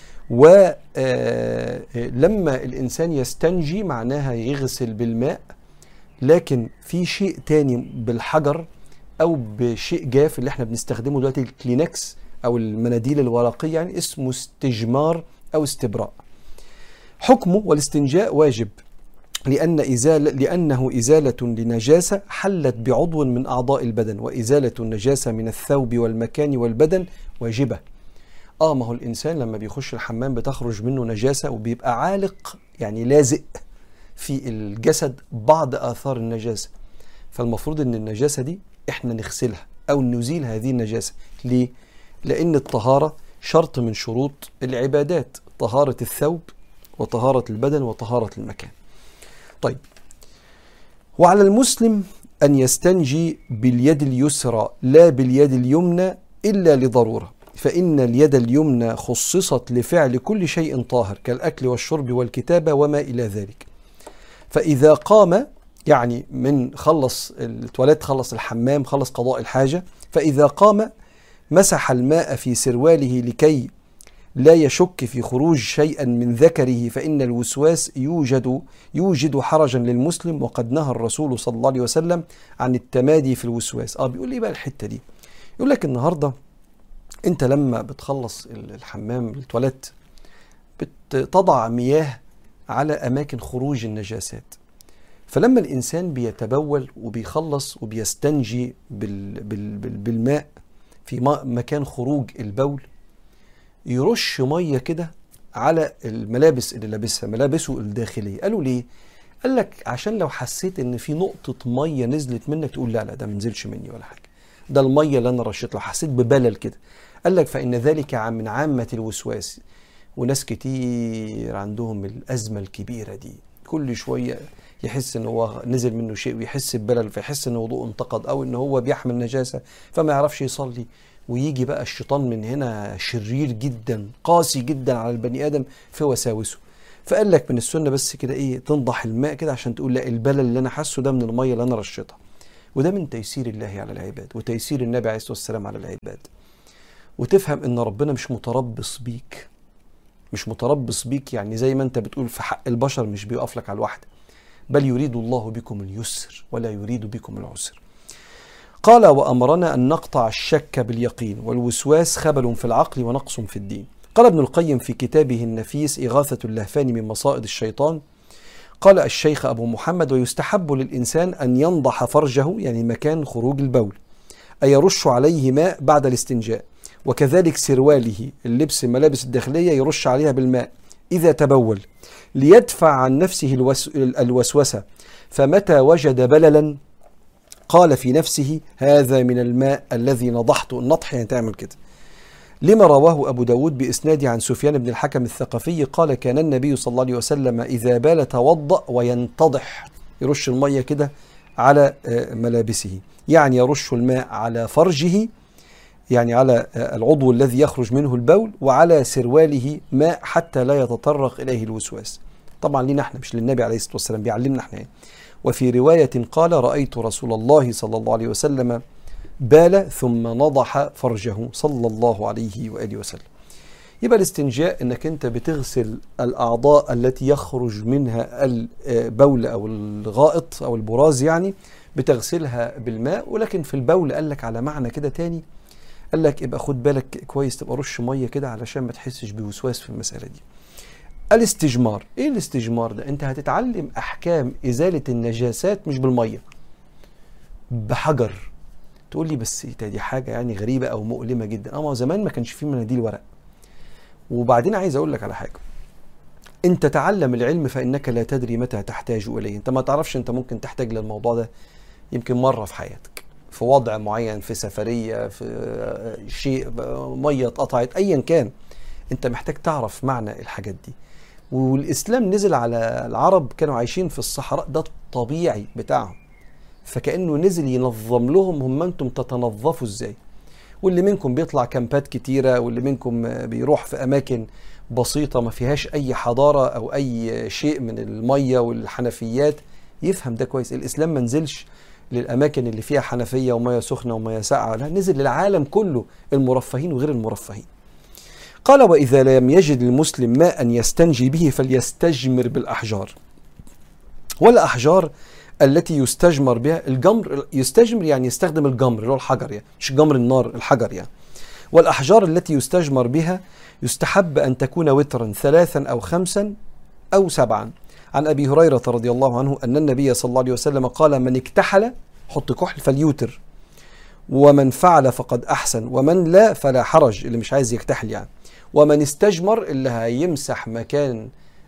ولما الإنسان يستنجي معناها يغسل بالماء، لكن في شيء تاني بالحجر أو بشيء جاف اللي احنا بنستخدمه دلوقتي، الكلينكس أو المناديل الورقية، يعني اسمه استجمار أو استبراء. حكمه والاستنجاء واجب لأنه إزالة لنجاسة حلت بعضو من أعضاء البدن، وإزالة النجاسة من الثوب والمكان والبدن واجبة. ما هو الإنسان لما بيخش الحمام بتخرج منه نجاسة، وبيبقى عالق يعني لازق في الجسد بعض آثار النجاسة، فالمفروض أن النجاسة دي إحنا نغسلها أو نزيل هذه النجاسة. ليه؟ لأن الطهارة شرط من شروط العبادات، طهارة الثوب وطهارة البدن وطهارة المكان. طيب، وعلى المسلم أن يستنجي باليد اليسرى لا باليد اليمنى إلا لضرورة، فإن اليد اليمنى خصصت لفعل كل شيء طاهر كالأكل والشرب والكتابة وما إلى ذلك. فإذا قام، يعني من خلص التواليت، خلص الحمام، خلص قضاء الحاجة، فإذا قام مسح الماء في سرواله لكي لا يشك في خروج شيئا من ذكره، فإن الوسواس يوجد حرجا للمسلم، وقد نهى الرسول صلى الله عليه وسلم عن التمادي في الوسواس. بيقول لي بقى الحتة دي، يقول لك النهاردة انت لما بتخلص الحمام التواليت بتضع مياه على أماكن خروج النجاسات، فلما الإنسان بيتبول وبيخلص وبيستنجي بالماء في مكان خروج البول، يرش مية كده على الملابس اللي لابسها، ملابسه الداخلية. قالوا ليه؟ قال لك عشان لو حسيت ان في نقطة مية نزلت منك تقول لا ده منزلش مني ولا حاجة، ده المية اللي انا رشيت. لو حسيت ببلل كده، قال لك فإن ذلك من عامة الوسواس. وناس كتير عندهم الأزمة الكبيرة دي، كل شوية يحس ان هو نزل منه شيء ويحس ببلل، فيحس ان وضوءه انتقض او ان هو بيحمل نجاسة فما يعرفش يصلي. ويجي بقى الشيطان من هنا شرير جدا، قاسي جدا على البني آدم في وساوسه. فقال لك من السنة بس كده تنضح الماء كده عشان تقول لا، البلل اللي انا حاسه ده من المية اللي انا رشيتها. وده من تيسير الله على العباد، وتيسير النبي عليه الصلاة والسلام على العباد. وتفهم ان ربنا مش متربص بيك، مش متربص بيك يعني زي ما انت بتقول في حق البشر، مش بيقف لك على الواحدة، بل يريد الله بكم اليسر ولا يريد بكم العسر. قال وأمرنا أن نقطع الشك باليقين، والوسواس خبل في العقل ونقص في الدين. قال ابن القيم في كتابه النفيس إغاثة اللهفان من مصائد الشيطان، قال الشيخ أبو محمد ويستحب للإنسان أن ينضح فرجه، يعني مكان خروج البول، أي يرش عليه ماء بعد الاستنجاء، وكذلك سرواله، اللبس الملابس الداخلية يرش عليها بالماء إذا تبول ليدفع عن نفسه الوسوسة، فمتى وجد بللا قال في نفسه هذا من الماء الذي نضحته. النضح يعني تعمل كده. لما رواه أبو داود بإسناد عن سفيان بن الحكم الثقفي قال كان النبي صلى الله عليه وسلم إذا بال توضأ وينتضح، يرش المية كده على ملابسه، يعني يرش الماء على فرجه، يعني على العضو الذي يخرج منه البول، وعلى سرواله ماء حتى لا يتطرق إليه الوسواس. طبعا لنا احنا مش للنبي عليه الصلاة والسلام، بيعلمنا احنا. وفي رواية قال رأيت رسول الله صلى الله عليه وسلم بال ثم نضح فرجه صلى الله عليه وآله وسلم. يبقى الاستنجاء انك انت بتغسل الأعضاء التي يخرج منها البول أو الغائط أو البراز، يعني بتغسلها بالماء. ولكن في البول قال لك على معنى كده تاني، قال لك ابقى خد بالك كويس، تبقى رش مية كده علشان ما تحسش بوسواس في المسألة دي. الاستجمار، ايه الاستجمار ده؟ انت هتتعلم احكام ازالة النجاسات مش بالمية، بحجر. تقول لي بس دي حاجة يعني غريبة او مؤلمة جدا. اما زمان ما كانش فيه مناديل ورق. وبعدين عايز اقول لك على حاجة، انت تعلم العلم فانك لا تدري متى تحتاج اليه. انت ما تعرفش انت ممكن تحتاج للموضوع ده يمكن مرة في حياتك، في وضع معين، في سفرية، في شيء، مية اتقطعت، ايا كان. انت محتاج تعرف معنى الحاجات دي. والإسلام نزل على العرب كانوا عايشين في الصحراء، ده الطبيعي بتاعهم، فكأنه نزل ينظم لهم هم أنتم تتنظفوا إزاي. واللي منكم بيطلع كامبات كتيرة، واللي منكم بيروح في أماكن بسيطة ما فيهاش أي حضارة أو أي شيء من المية والحنفيات، يفهم ده كويس. الإسلام ما نزلش للأماكن اللي فيها حنفية ومية سخنة ومية ساقعة، لا، نزل للعالم كله، المرفهين وغير المرفهين. قال وإذا لم يجد المسلم ماء يستنجي به فليستجمر بالأحجار. والأحجار التي يستجمر بها، الجمر، يستجمر يعني يستخدم الجمر اللي هو الحجر، يعني مش جمر النار، الحجر يعني. والأحجار التي يستجمر بها يستحب أن تكون وترا 3 أو 5 أو 7. عن أبي هريرة رضي الله عنه أن النبي صلى الله عليه وسلم قال من اكتحل، حط كحل، فليوتر، ومن فعل فقد أحسن، ومن لا فلا حرج، اللي مش عايز يكتحل يعني. ومن استجمر، اللي هيمسح مكان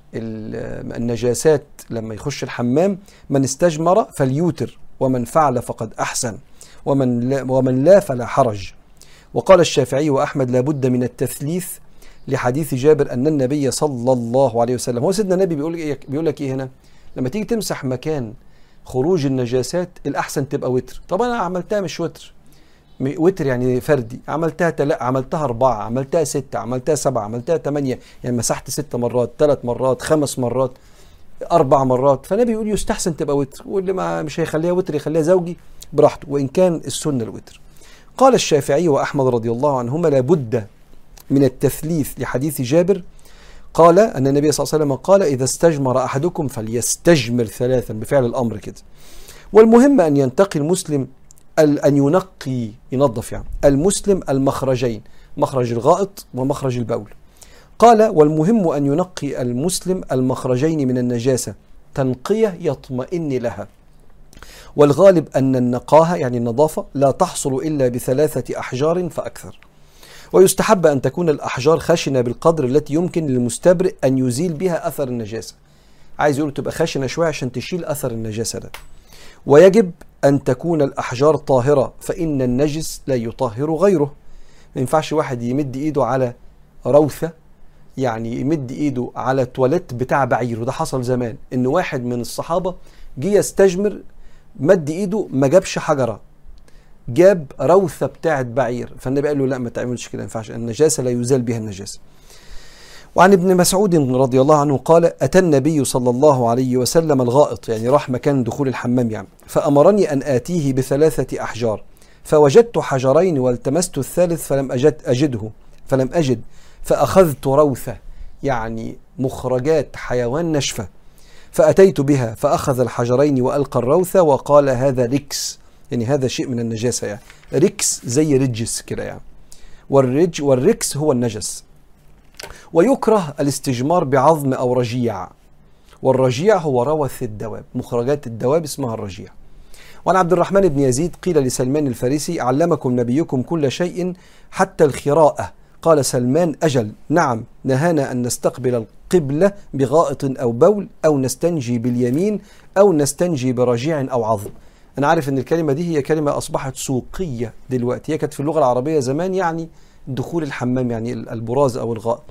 النجاسات لما يخش الحمام، من استجمر فليوتر، ومن فعل فقد أحسن، ومن لا فلا حرج. وقال الشافعي وأحمد لا بد من التثليث لحديث جابر أن النبي صلى الله عليه وسلم، هو سيدنا النبي بيقول لك إيه هنا؟ لما تيجي تمسح مكان خروج النجاسات الأحسن تبقى وتر. طب أنا عملتها مش وتر، وتر يعني فردي، عملتها 4، عملتها 6، عملتها 7، عملتها 8، يعني مسحت 6 مرات، 3 مرات، 5 مرات، 4 مرات. فالنبي يقول يستحسن تبقى وتر، واللي ما مش هيخليها وتر يخليها زوجي براحته، وإن كان السنة الوتر. قال الشافعي وأحمد رضي الله عنهما لا بد من التثليث لحديث جابر، قال أن النبي صلى الله عليه وسلم قال إذا استجمر أحدكم فليستجمر 3 بفعل الأمر كده. والمهم أن ينتقي المسلم، أن ينقي، ينظف يعني المسلم المخرجين، مخرج الغائط ومخرج البول. قال والمهم أن ينقي المسلم المخرجين من النجاسة تنقية يطمئن لها. والغالب أن النقاهة يعني النظافة لا تحصل إلا ب3 أحجار فأكثر. ويستحب أن تكون الأحجار خشنة بالقدر التي يمكن للمستبرئ أن يزيل بها أثر النجاسة. عايز يقول تبقى خشنة شوية عشان تشيل أثر النجاسة ده. ويجب أن تكون الأحجار طاهرة، فإن النجس لا يطهر غيره. ما ينفعش واحد يمد إيده على روثة، يعني يمد إيده على تواليت بتاع بعير. وده حصل زمان، إن واحد من الصحابة جه يستجمر، مد إيده ما جابش حجرة، جاب روثة بتاعت بعير. فالنبي قال له لا ما تعملش كده، ما ينفعش، النجاسة لا يزال بها النجاسة. وعن ابن مسعود رضي الله عنه قال أتى النبي صلى الله عليه وسلم الغائط، يعني راح مكان دخول الحمام يعني، فأمرني أن آتيه ب3 أحجار، فوجدت حجرين والتمست الثالث فلم أجد فأخذت روثة، يعني مخرجات حيوان نشفة، فأتيت بها فأخذ الحجرين وألقى الروثة وقال هذا ركس، يعني هذا شيء من النجاسة، يعني ركس زي رجس كده يعني، والركس هو النجس. ويكره الاستجمار بعظم أو رجيع، والرجيع هو روث الدواب، مخرجات الدواب اسمها الرجيع. وعن عبد الرحمن بن يزيد قيل لسلمان الفارسي علمكم نبيكم كل شيء حتى الخراءة؟ قال سلمان أجل، نعم، نهانا أن نستقبل القبلة بغائط أو بول، أو نستنجي باليمين، أو نستنجي برجيع أو عظم. أنا عارف أن الكلمة دي هي كلمة أصبحت سوقية دلوقتي، هي كانت في اللغة العربية زمان يعني دخول الحمام، يعني البراز أو الغائط.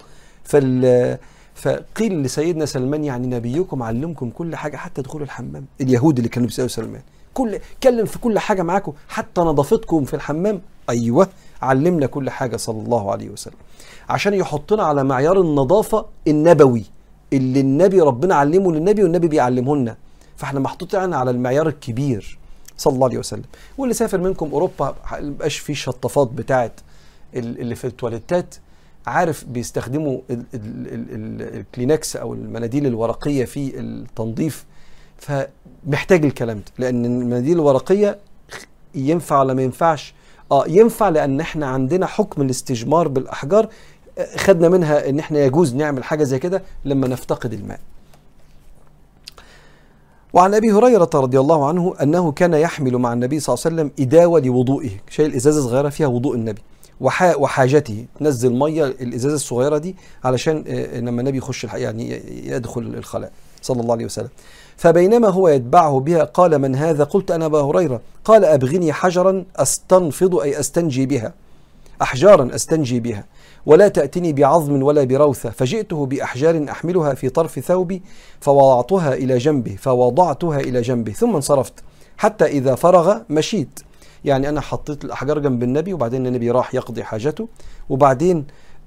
فقيل لسيدنا سلمان يعني نبيكم علمكم كل حاجة حتى دخول الحمام. اليهود اللي كانوا بيسألوا سلمان كلم في كل حاجة معاكم حتى نظافتكم في الحمام. أيوة، علمنا كل حاجة صلى الله عليه وسلم، عشان يحطنا على معيار النظافة النبوي اللي النبي ربنا علمه للنبي والنبي بيعلمه لنا. فاحنا محطوطين على المعيار الكبير صلى الله عليه وسلم. واللي سافر منكم أوروبا مبقاش فيه الشطافات بتاعت اللي في التواليتات، عارف بيستخدموا الكلينكس أو المناديل الورقية في التنظيف، فمحتاج الكلام ده. لأن المناديل الورقية ينفع ولا ما ينفعش؟ ينفع، لأن احنا عندنا حكم الاستجمار بالأحجار، خدنا منها ان احنا يجوز نعمل حاجة زي كده لما نفتقد الماء. وعن أبي هريرة رضي الله عنه أنه كان يحمل مع النبي صلى الله عليه وسلم إداوة لوضوئه، شايل إزازة صغيرة فيها وضوء النبي وحاجته، تنزل مية الإزازة الصغيرة دي علشان لما النبي يخش يعني يدخل الخلاء صلى الله عليه وسلم. فبينما هو يتبعه بها قال: من هذا؟ قلت: أنا أبا هريرة. قال: أبغني حجرا أستنفض أي أستنجي بها، أحجارا أستنجي بها، ولا تأتني بعظم ولا بروثة. فجئته بأحجار أحملها في طرف ثوبي فوضعتها إلى جنبه ثم انصرفت حتى إذا فرغ مشيت. يعني أنا حطيت الأحجار جنب النبي، وبعدين النبي راح يقضي حاجته، وبعدين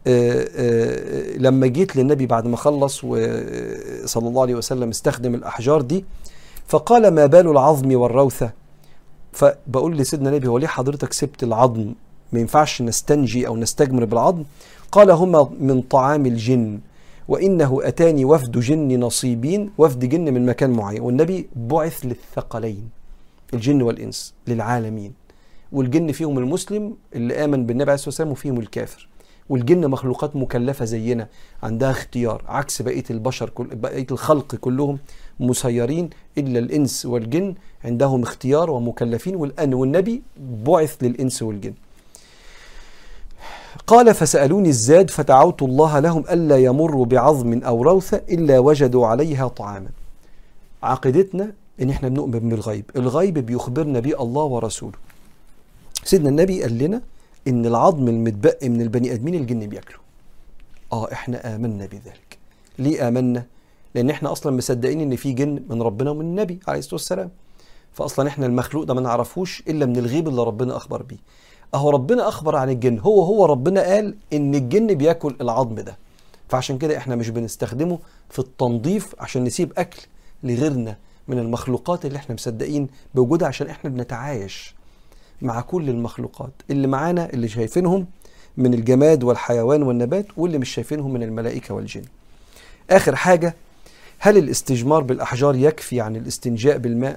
لما جيت للنبي بعد ما خلص صلى الله عليه وسلم استخدم الأحجار دي، فقال: ما بال العظم والروثة؟ فبقول لسيدنا النبي: هو ليه حضرتك سبت العظم؟ ما ينفعش نستنجي أو نستجمر بالعظم؟ قال: هما من طعام الجن، وإنه أتاني وفد جن نصيبين، وفد جن من مكان معين. والنبي بعث للثقلين، الجن والإنس، للعالمين. والجن فيهم المسلم اللي آمن بالنبي عليه الصلاة والسلام، وفيهم الكافر. والجن مخلوقات مكلفة زينا، عندها اختيار عكس بقية البشر، بقية الخلق كلهم مسيرين، إلا الإنس والجن عندهم اختيار ومكلفين. والنبي بعث للإنس والجن. قال: فسألوني الزاد فدعوت الله لهم ألا يمروا بعظم أو روثة إلا وجدوا عليها طعاما. عقيدتنا إن إحنا بنؤمن بالغيب، الغيب بيخبرنا بيه الله ورسوله. سيدنا النبي قال لنا إن العظم المتبقي من البني آدمين الجن بياكله. إحنا آمنا بذلك. ليه آمنا؟ لأن إحنا أصلا مصدقين إن في جن من ربنا ومن النبي عليه الصلاة والسلام. فأصلا إحنا المخلوق ده ما نعرفوش إلا من الغيب اللي ربنا أخبر بيه. ربنا أخبر عن الجن، هو ربنا قال إن الجن بياكل العظم ده، فعشان كده إحنا مش بنستخدمه في التنظيف عشان نسيب أكل لغيرنا من المخلوقات اللي إحنا مصدقين بوجودها، عشان إحنا بنتعايش مع كل المخلوقات اللي معانا، اللي شايفينهم من الجماد والحيوان والنبات، واللي مش شايفينهم من الملائكة والجن. آخر حاجة: هل الاستجمار بالأحجار يكفي عن الاستنجاء بالماء؟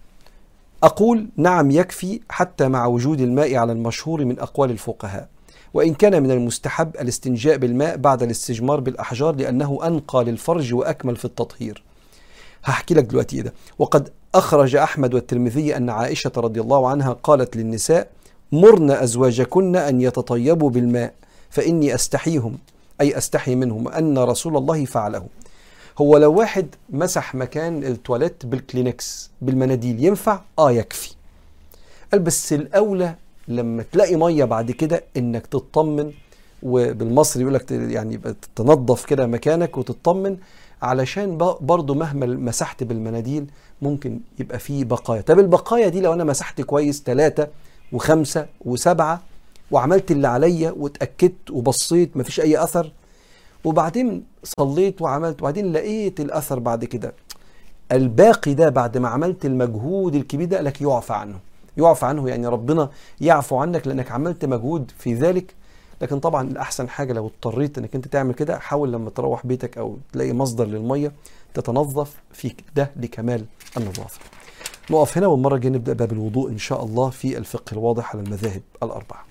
أقول: نعم يكفي، حتى مع وجود الماء على المشهور من أقوال الفقهاء، وإن كان من المستحب الاستنجاء بالماء بعد الاستجمار بالأحجار، لأنه أنقى للفرج وأكمل في التطهير. هحكي لك دلوقتي إيه ده. وقد أخرج أحمد والترمذي أن عائشة رضي الله عنها قالت للنساء: مرن أزواجكن أن يتطيبوا بالماء فإني أستحيهم، أي أستحي منهم، أن رسول الله فعله. هو لو واحد مسح مكان التواليت بالكلينكس بالمناديل ينفع؟ يكفي. قال بس الأولى لما تلاقي مية بعد كده إنك تطمن، وبالمصري يقول لك يعني تنظف كده مكانك وتطمن، علشان برضو مهما مسحت بالمناديل ممكن يبقى فيه بقايا. طب البقايا دي لو أنا مسحت كويس 3 و5 و7 وعملت اللي عليا واتأكدت وبصيت مفيش أي أثر، وبعدين صليت وعملت وبعدين لقيت الأثر بعد كده، الباقي ده بعد ما عملت المجهود الكبير ده لك يعفى عنه، يعني ربنا يعفو عنك لأنك عملت مجهود في ذلك. لكن طبعا الأحسن حاجة لو اضطريت أنك أنت تعمل كده، حاول لما تروح بيتك أو تلاقي مصدر للمية تتنظف فيك، ده لكمال النظافة. نقف هنا، والمرة الجاية نبدأ باب الوضوء إن شاء الله في الفقه الواضح على المذاهب الأربعة.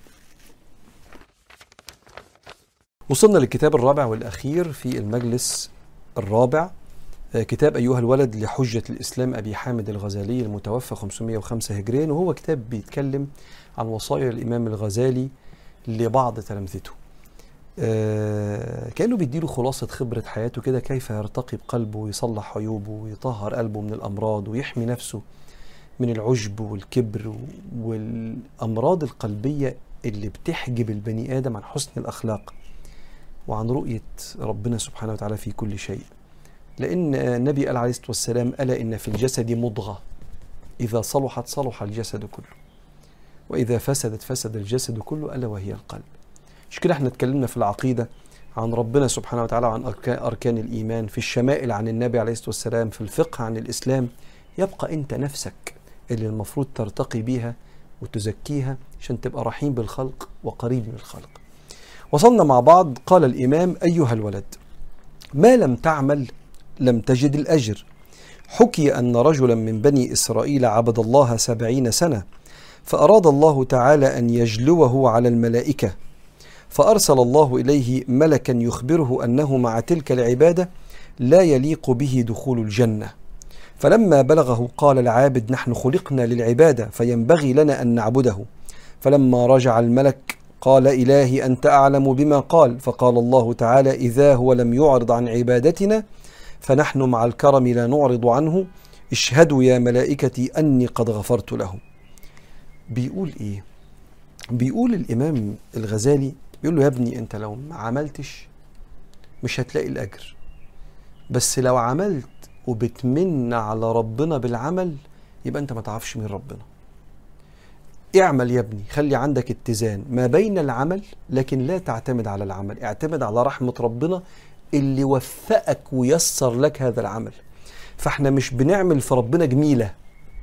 وصلنا للكتاب الرابع والأخير في المجلس الرابع، كتاب أيها الولد لحجة الإسلام أبي حامد الغزالي المتوفى 505 هجريا، وهو كتاب بيتكلم عن وصايا الإمام الغزالي لبعض تلامذته. كأنه بيديله خلاصة خبرة حياته كده، كيف يرتقي بقلبه ويصلح عيوبه ويطهر قلبه من الأمراض ويحمي نفسه من العجب والكبر والأمراض القلبية اللي بتحجب البني آدم عن حسن الأخلاق وعن رؤية ربنا سبحانه وتعالى في كل شيء. لأن النبي قال عليه الصلاة والسلام: ألا إن في الجسد مضغة إذا صلحت صلح الجسد كله، وإذا فسدت فسد الجسد كله، ألا وهي القلب. مش كده احنا اتكلمنا في العقيدة عن ربنا سبحانه وتعالى وعن أركان الإيمان، في الشمائل عن النبي عليه الصلاة والسلام، في الفقه عن الإسلام. يبقى أنت نفسك اللي المفروض ترتقي بيها وتزكيها عشان تبقى رحيم بالخلق وقريب من الخلق. وصلنا مع بعض. قال الإمام: أيها الولد، ما لم تعمل لم تجد الأجر. حكي أن رجلا من بني إسرائيل عبد الله 70 سنة، فأراد الله تعالى أن يجلوه على الملائكة، فأرسل الله إليه ملكا يخبره أنه مع تلك العبادة لا يليق به دخول الجنة. فلما بلغه قال العابد: نحن خلقنا للعبادة فينبغي لنا أن نعبده. فلما رجع الملك قال: إلهي أنت أعلم بما قال. فقال الله تعالى: إذا هو لم يعرض عن عبادتنا فنحن مع الكرم لا نعرض عنه، اشهدوا يا ملائكتي أني قد غفرت له. بيقول إيه؟ بيقول الإمام الغزالي، بيقول له: يا ابني أنت لو ما عملتش مش هتلاقي الأجر، بس لو عملت وبتمن على ربنا بالعمل يبقى أنت ما تعرفش مين ربنا. اعمل يا ابني، خلي عندك اتزان ما بين العمل، لكن لا تعتمد على العمل، اعتمد على رحمة ربنا اللي وفقك ويسر لك هذا العمل. فاحنا مش بنعمل في ربنا جميلة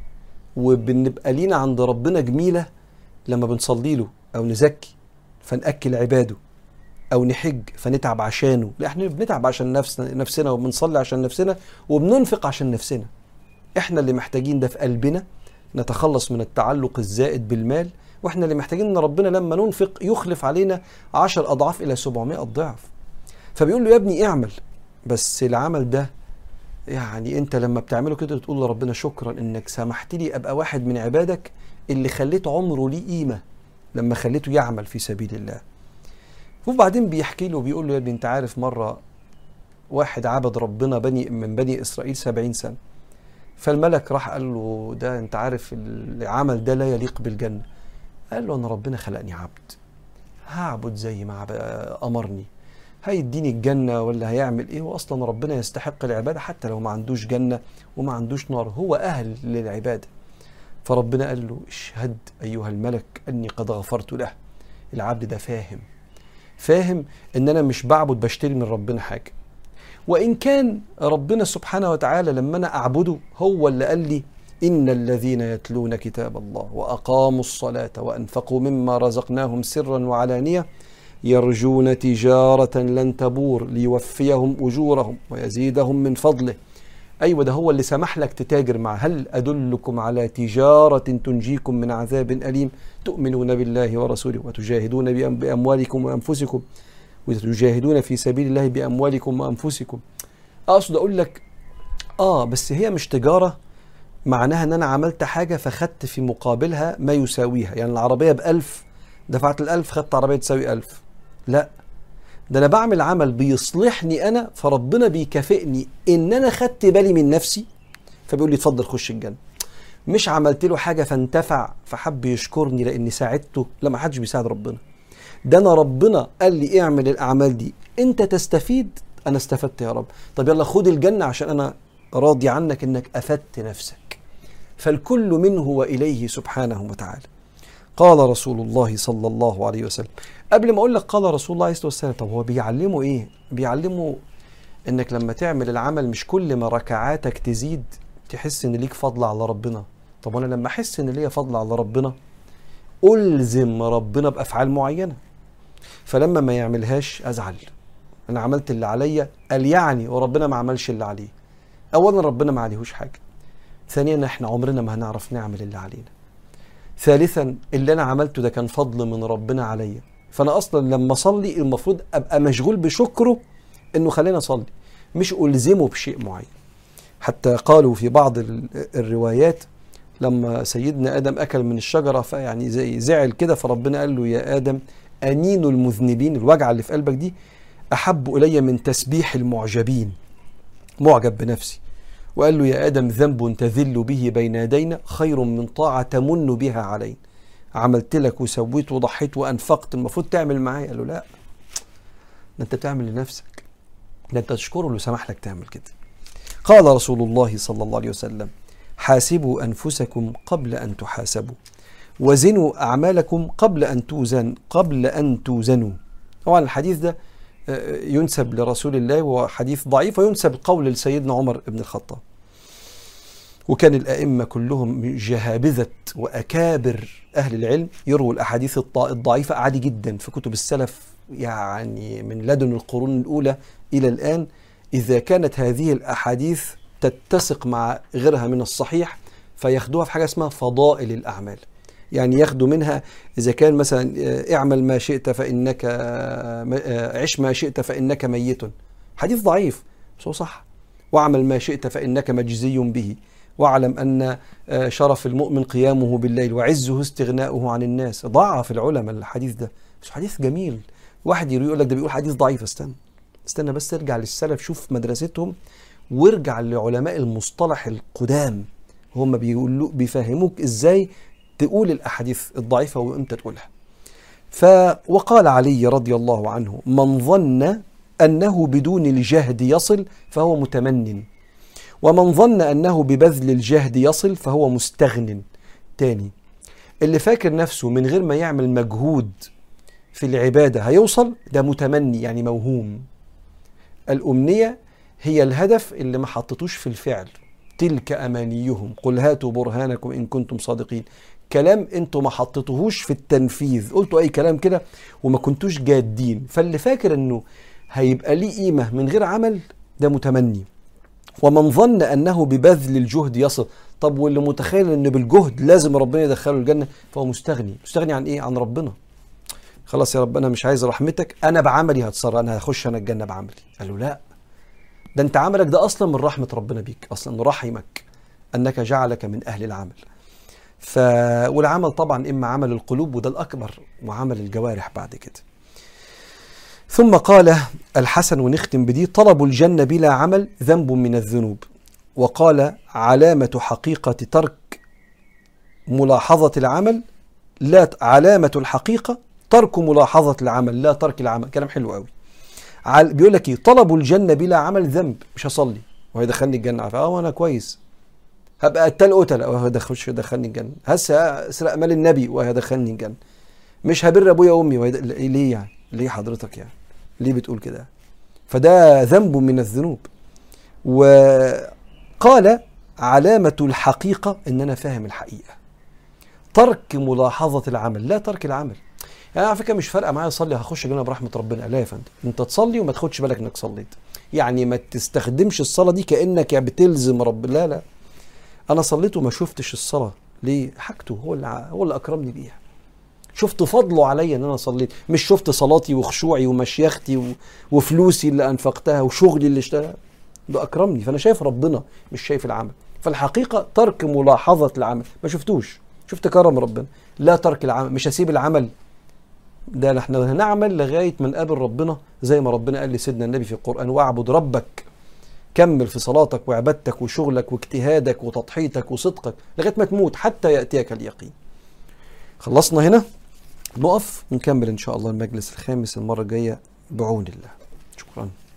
وبنبقى لينا عند ربنا جميلة لما بنصلي له أو نزكي فنأكل عباده أو نحج فنتعب عشانه. لا، احنا بنتعب عشان نفسنا وبنصلي عشان نفسنا وبننفق عشان نفسنا. احنا اللي محتاجين ده في قلبنا، نتخلص من التعلق الزائد بالمال، واحنا اللي محتاجين ان ربنا لما ننفق يخلف علينا 10 أضعاف إلى 700 ضعف. فبيقول له: يا ابني اعمل، بس العمل ده يعني انت لما بتعمله كده تقول لربنا: شكرا انك سمحت لي ابقى واحد من عبادك اللي خليت عمره ليه قيمة لما خليته يعمل في سبيل الله. وبعدين بيحكي له بيقول له: يا ابني انت عارف مرة واحد عبد ربنا من بني إسرائيل 70 سنة، فالملك راح قال له: ده انت عارف العمل ده لا يليق بالجنة. قال له: انا ربنا خلقني عبد، هعبد زي ما امرني، هيديني الجنة ولا هيعمل ايه؟ واصلا ربنا يستحق العبادة حتى لو ما عندوش جنة وما عندوش نار، هو اهل للعبادة. فربنا قال له: اشهد ايها الملك اني قد غفرت له. العبد ده فاهم ان انا مش بعبد بشتري من ربنا حاجة، وان كان ربنا سبحانه وتعالى لما انا اعبده هو اللي قال لي: إن الذين يتلون كتاب الله وأقاموا الصلاة وأنفقوا مما رزقناهم سرا وعلانية يرجون تجارة لن تبور ليوفيهم أجورهم ويزيدهم من فضله. أيوة، ده هو اللي سمح لك تتاجر معه. هل أدلكم على تجارة تنجيكم من عذاب أليم تؤمنون بالله ورسوله وتجاهدون بأموالكم وأنفسكم وتجاهدون في سبيل الله بأموالكم وأنفسكم. أقصد أقول لك بس هي مش تجارة معناها ان انا عملت حاجة فخدت في مقابلها ما يساويها. يعني العربية ب1000 دفعت ال1000 خدت عربية تساوي 1000. لا، ده انا بعمل عمل بيصلحني انا، فربنا بيكافئني ان انا خدت بالي من نفسي فبيقول لي: اتفضل خش الجنة. مش عملت له حاجة فانتفع فحب يشكرني لاني ساعدته. لا، ما حدش بيساعد ربنا. ده انا ربنا قال لي اعمل الاعمال دي، انت تستفيد، انا استفدت يا رب. طب يلا خد الجنة عشان انا راضي عنك انك افدت نفسك. فالكل منه وإليه سبحانه وتعالى. قال رسول الله صلى الله عليه وسلم. قبل ما أقول لك قال رسول الله عليه الصلاة والسلام، طب هو بيعلمه إيه؟ بيعلمه إنك لما تعمل العمل مش كل ما ركعاتك تزيد تحس إن ليك فضل على ربنا. طب أنا لما أحس إن ليا فضل على ربنا ألزم ربنا بأفعال معينة، فلما ما يعملهاش أزعل. أنا عملت اللي عليا، قال يعني وربنا ما عملش اللي عليه. أولا ربنا ما عليهوش حاجة، ثانيا احنا عمرنا ما هنعرف نعمل اللي علينا، ثالثا اللي انا عملته ده كان فضل من ربنا عليا، فانا اصلا لما اصلي المفروض ابقى مشغول بشكره انه خلينا اصلي، مش الزمه بشيء معين. حتى قالوا في بعض الروايات لما سيدنا ادم اكل من الشجره فيعني زي زعل كده، فربنا قال له: يا ادم أنين المذنبين، الوجعة اللي في قلبك دي، أحب إلي من تسبيح المعجبين. معجب بنفسي. وقال له يا آدم ذنب تذل به بين يدينا خير من طاعة تمن بها علينا. عملت لك وسويت وضحيت وأنفقت، المفروض تعمل معايا. قال له لا، ده أنت تعمل لنفسك، ده أنت تشكره اللي سمح لك تعمل كده. قال رسول الله صلى الله عليه وسلم حاسبوا أنفسكم قبل أن تحاسبوا، وزنوا أعمالكم قبل أن توزنوا. طبعا الحديث ده ينسب لرسول الله، وحديث ضعيف، وينسب القول لسيدنا عمر بن الخطاب. وكان الأئمة كلهم جهابذة وأكابر أهل العلم يرووا الأحاديث الضعيفة عادي جدا في كتب السلف، يعني من لدن القرون الأولى إلى الآن. إذا كانت هذه الأحاديث تتسق مع غيرها من الصحيح فياخدوها في حاجة اسمها فضائل الأعمال. يعني ياخدوا منها إذا كان مثلا اعمل ما شئت فإنك عش ما شئت فإنك ميت، حديث ضعيف بس هو صح. واعمل ما شئت فإنك مجزي به، واعلم أن شرف المؤمن قيامه بالليل وعزه استغناؤه عن الناس. ضعف العلماء الحديث ده، بس حديث جميل. واحد يقول لك ده بيقول حديث ضعيف، استنى بس ارجع للسلف، شوف مدرستهم، وارجع لعلماء المصطلح القدام، هم بيفهموك ازاي تقول الأحاديث الضعيفة وإمتى تقولها. وقال علي رضي الله عنه من ظن أنه بدون الجهد يصل فهو متمن، ومن ظن أنه ببذل الجهد يصل فهو مستغن. تاني، اللي فاكر نفسه من غير ما يعمل مجهود في العبادة هيوصل، ده متمني يعني موهوم. الأمنية هي الهدف اللي ما حطتوش في الفعل. تلك أمانيهم قل هاتوا برهانكم إن كنتم صادقين. كلام انتوا ما حطيتوهوش في التنفيذ، قلتوا اي كلام كده وما كنتوش جادين. فاللي فاكر انه هيبقى ليه قيمة من غير عمل ده متمني. ومن ظن انه ببذل الجهد يصل، طب واللي متخيل انه بالجهد لازم ربنا يدخله الجنة فهو مستغني. مستغني عن ايه؟ عن ربنا. خلاص يا رب انا مش عايز رحمتك، انا بعملي هتصرف، انا هخش انا الجنة بعملي. قال له لا، ده انت عملك ده اصلا من رحمة ربنا بيك، اصلا انه رحمك انك جعلك من اهل العمل. والعمل طبعا إما عمل القلوب وده الأكبر، وعمل الجوارح بعد كده. ثم قال الحسن، ونختم بدي، طلب الجنة بلا عمل ذنب من الذنوب. وقال علامة حقيقة ترك ملاحظة العمل، لا علامة الحقيقة ترك ملاحظة العمل لا ترك العمل. كلام حلو قوي. بيقول لك ايه؟ طلب الجنة بلا عمل ذنب. مش هصلي وهيدخلني الجنة، وانا كويس. هبقى قتل وهيخش يدخلني الجنة. هسرق مال النبي وهيدخلني الجنة. مش هبر ابويا وامي ليه يعني؟ ليه حضرتك يعني؟ ليه بتقول كده؟ فده ذنب من الذنوب. وقال علامة الحقيقة ان انا فاهم الحقيقة. ترك ملاحظة العمل لا ترك العمل. يعني على فكرة مش فارقة معايا اصلي هخش الجنة برحمة ربنا. لا يا فندم، انت تصلي وما تاخدش بالك انك صليت. يعني ما تستخدمش الصلاة دي كأنك بتلزم رب. لا لا، أنا صليت وما شفتش الصلاة. ليه؟ حاجته هو اللي أكرمني بيها. شفت فضله عليا إن أنا صليت، مش شفت صلاتي وخشوعي ومشيختي وفلوسي اللي أنفقتها وشغلي اللي اشتغل. ده أكرمني، فأنا شايف ربنا مش شايف العمل. فالحقيقة ترك ملاحظة العمل. ما شفتوش، شفت كرم ربنا. لا ترك العمل، مش هسيب العمل ده. احنا هنعمل لغاية ما نقابل ربنا، زي ما ربنا قال لسيدنا النبي في القرآن واعبد ربك. كمل في صلاتك وعبادتك وشغلك واجتهادك وتضحيتك وصدقك لغاية ما تموت حتى يأتيك اليقين. خلصنا هنا، نقف ونكمل إن شاء الله المجلس الخامس المرة الجاية بعون الله. شكرا.